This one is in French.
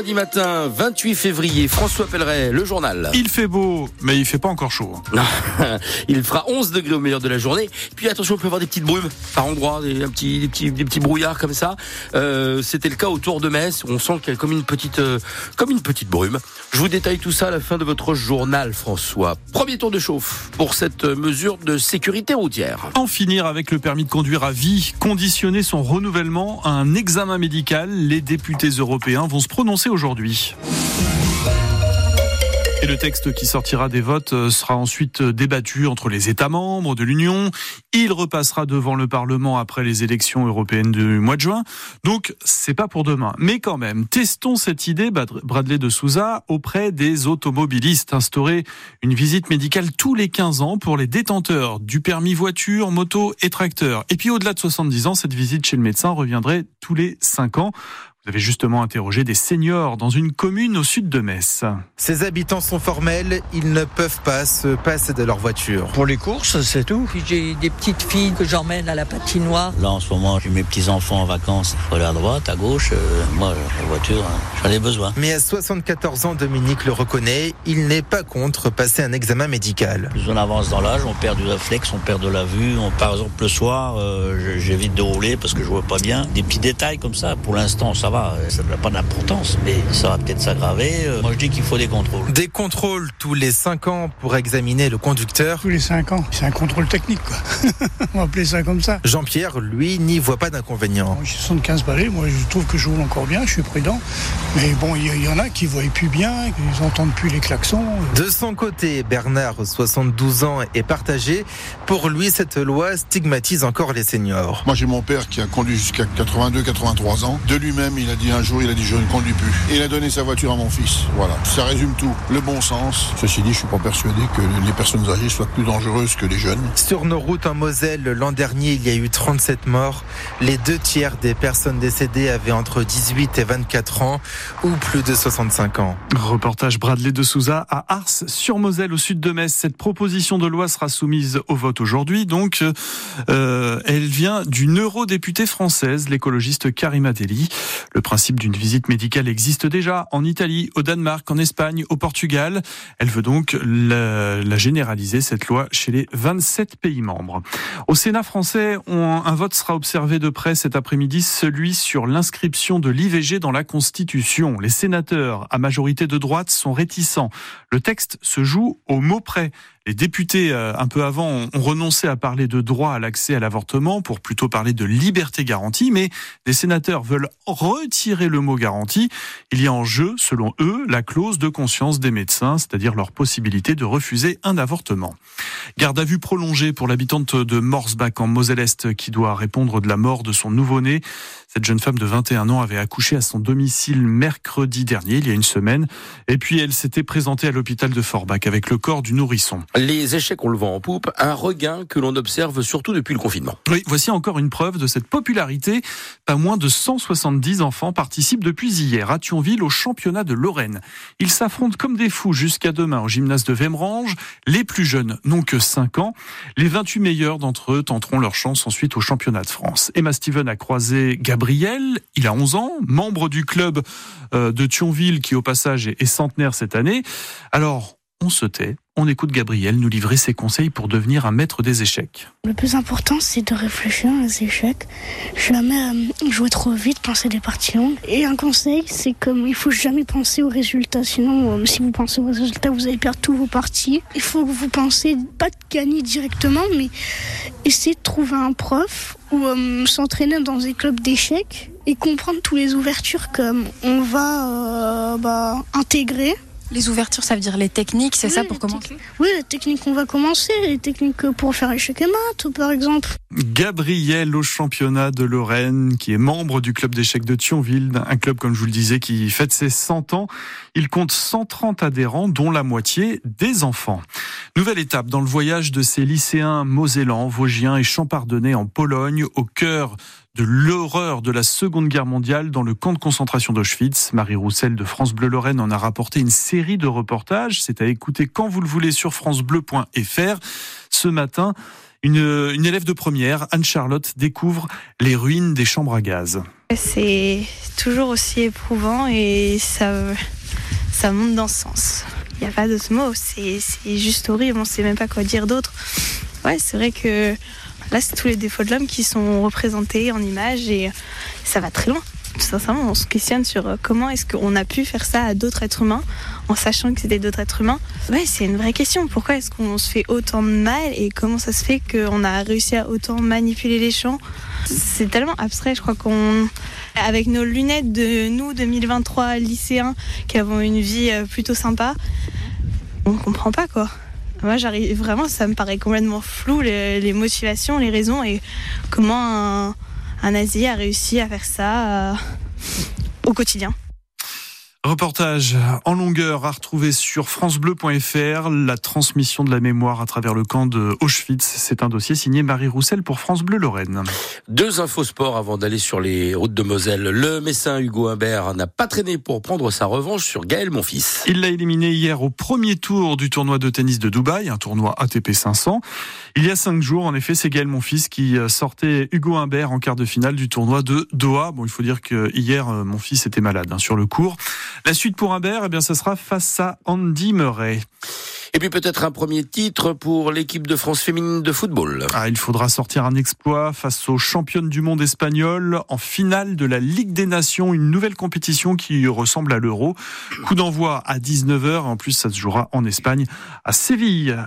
mercredi matin, 28 février, François Pelleret, le journal. Il fait beau, mais il fait pas encore chaud. Non, il fera 11 degrés au meilleur de la journée. Puis attention, on peut avoir des petites brumes par endroits, des petits brouillards comme ça. C'était le cas autour de Metz, où on sent qu'il y a comme une petite brume. Je vous détaille tout ça à la fin de votre journal, François. Premier tour de chauffe pour cette mesure de sécurité routière. En finir avec le permis de conduire à vie, conditionner son renouvellement à un examen médical. Les députés européens vont se prononcer aujourd'hui. Et le texte qui sortira des votes sera ensuite débattu entre les États membres de l'Union. Il repassera devant le Parlement après les élections européennes du mois de juin. Donc, c'est pas pour demain. Mais quand même, testons cette idée, Bradley de Souza, auprès des automobilistes. Instaurer une visite médicale tous les 15 ans pour les détenteurs du permis voiture, moto et tracteur. Et puis, au-delà de 70 ans, cette visite chez le médecin reviendrait tous les 5 ans. Vous avez justement interrogé des seniors dans une commune au sud de Metz. Ces habitants sont formels, ils ne peuvent pas se passer de leur voiture. Pour les courses, c'est tout. Puis j'ai des petites filles que j'emmène à la patinoire. Là, en ce moment, j'ai mes petits-enfants en vacances. Il faut aller à droite, à gauche. Moi, la voiture, j'en ai besoin. Mais à 74 ans, Dominique le reconnaît, il n'est pas contre passer un examen médical. Plus on avance dans l'âge, on perd du réflexe, on perd de la vue. Par exemple, le soir, j'évite de rouler parce que je vois pas bien. Des petits détails comme ça, pour l'instant, ça va, ça n'a pas d'importance, mais ça va peut-être s'aggraver. Moi, je dis qu'il faut des contrôles. Des contrôles tous les 5 ans pour examiner le conducteur. Tous les 5 ans, c'est un contrôle technique, quoi. On va appeler ça comme ça. Jean-Pierre, lui, n'y voit pas d'inconvénient. J'ai 75 balais, moi je trouve que je roule encore bien, je suis prudent. Mais bon, il y en a qui voient plus bien, qui n'entendent plus les klaxons. De son côté, Bernard, 72 ans, est partagé. Pour lui, cette loi stigmatise encore les seniors. Moi, j'ai mon père qui a conduit jusqu'à 82-83 ans. De lui-même, il a dit un jour, je ne conduis plus. Et il a donné sa voiture à mon fils. Voilà, ça résume tout. Le bon sens. Ceci dit, je suis pas persuadé que les personnes âgées soient plus dangereuses que les jeunes. Sur nos routes en Moselle, l'an dernier, il y a eu 37 morts. Les 2/3 des personnes décédées avaient entre 18 et 24 ans ou plus de 65 ans. Reportage Bradley de Souza à Ars-sur-Moselle, au sud de Metz. Cette proposition de loi sera soumise au vote aujourd'hui. Donc, elle vient d'une eurodéputée française, l'écologiste Karima Delli. Le principe d'une visite médicale existe déjà en Italie, au Danemark, en Espagne, au Portugal. Elle veut donc la généraliser, cette loi, chez les 27 pays membres. Au Sénat français, un vote sera observé de près cet après-midi, celui sur l'inscription de l'IVG dans la Constitution. Les sénateurs, à majorité de droite, sont réticents. Le texte se joue au mot près. Les députés, un peu avant, ont renoncé à parler de droit à l'accès à l'avortement pour plutôt parler de liberté garantie, mais les sénateurs veulent retirer le mot garantie. Il y a en jeu, selon eux, la clause de conscience des médecins, c'est-à-dire leur possibilité de refuser un avortement. Garde à vue prolongée pour l'habitante de Morsbach en Moselle-Est qui doit répondre de la mort de son nouveau-né. Cette jeune femme de 21 ans avait accouché à son domicile mercredi dernier, il y a une semaine, et puis elle s'était présentée à l'hôpital de Forbach avec le corps du nourrisson. Les échecs ont le vent en poupe, un regain que l'on observe surtout depuis le confinement. Oui, voici encore une preuve de cette popularité. Pas moins de 170 enfants participent depuis hier à Thionville au championnat de Lorraine. Ils s'affrontent comme des fous jusqu'à demain au gymnase de Vémerange. Les plus jeunes n'ont que 5 ans. Les 28 meilleurs d'entre eux tenteront leur chance ensuite au championnat de France. Emma Steven a croisé Gabriel, il a 11 ans, membre du club de Thionville qui au passage est centenaire cette année. Alors, on se tait. On écoute Gabriel nous livrer ses conseils pour devenir un maître des échecs. Le plus important, c'est de réfléchir à les échecs. Jamais jouer trop vite, penser des parties longues. Et un conseil, c'est qu'il ne faut jamais penser aux résultats. Sinon, si vous pensez aux résultats, vous allez perdre tous vos parties. Il faut que vous pensez pas de gagner directement, mais essayer de trouver un prof ou s'entraîner dans des clubs d'échecs et comprendre toutes les ouvertures qu'on va intégrer. Les ouvertures, ça veut dire les techniques, c'est ça pour commencer ? Oui, les techniques, on va commencer. Les techniques pour faire échec et mat, par exemple. Gabriel au championnat de Lorraine, qui est membre du club d'échecs de Thionville, un club, comme je vous le disais, qui fête ses 100 ans. Il compte 130 adhérents, dont la moitié des enfants. Nouvelle étape dans le voyage de ces lycéens mosellans, vosgiens et champardonnais en Pologne, au cœur de l'horreur de la Seconde Guerre mondiale dans le camp de concentration d'Auschwitz. Marie Roussel de France Bleu Lorraine en a rapporté une série de reportages. C'est à écouter quand vous le voulez sur francebleu.fr. Ce matin, Une élève de première, Anne-Charlotte, découvre les ruines des chambres à gaz. C'est toujours aussi éprouvant et ça monte dans ce sens. Il n'y a pas d'autre mot, c'est juste horrible, on ne sait même pas quoi dire d'autre. Ouais, c'est vrai que là, c'est tous les défauts de l'homme qui sont représentés en images et ça va très loin. Tout sincèrement, on se questionne sur comment est-ce qu'on a pu faire ça à d'autres êtres humains en sachant que c'était d'autres êtres humains. Ouais, c'est une vraie question. Pourquoi est-ce qu'on se fait autant de mal et comment ça se fait qu'on a réussi à autant manipuler les champs ? C'est tellement abstrait, je crois avec nos lunettes de nous, 2023 lycéens, qui avons une vie plutôt sympa, on comprend pas quoi. Moi, vraiment, ça me paraît complètement flou, les motivations, les raisons et comment un nazi a réussi à faire ça au quotidien. Reportage en longueur à retrouver sur francebleu.fr, la transmission de la mémoire à travers le camp de Auschwitz. C'est un dossier signé Marie Roussel pour France Bleu Lorraine. 2 infos sport avant d'aller sur les routes de Moselle. Le Messin Hugo Humbert n'a pas traîné pour prendre sa revanche sur Gaël Monfils. Il l'a éliminé hier au premier tour du tournoi de tennis de Dubaï, un tournoi ATP 500. Il y a 5 jours, en effet, c'est Gaël Monfils qui sortait Hugo Humbert en quart de finale du tournoi de Doha. Bon, il faut dire que hier, Monfils était malade sur le court. La suite pour Humbert, ça sera face à Andy Murray. Et puis peut-être un premier titre pour l'équipe de France féminine de football. Il faudra sortir un exploit face aux championnes du monde espagnoles en finale de la Ligue des Nations, une nouvelle compétition qui ressemble à l'Euro. Coup d'envoi à 19h, en plus ça se jouera en Espagne, à Séville.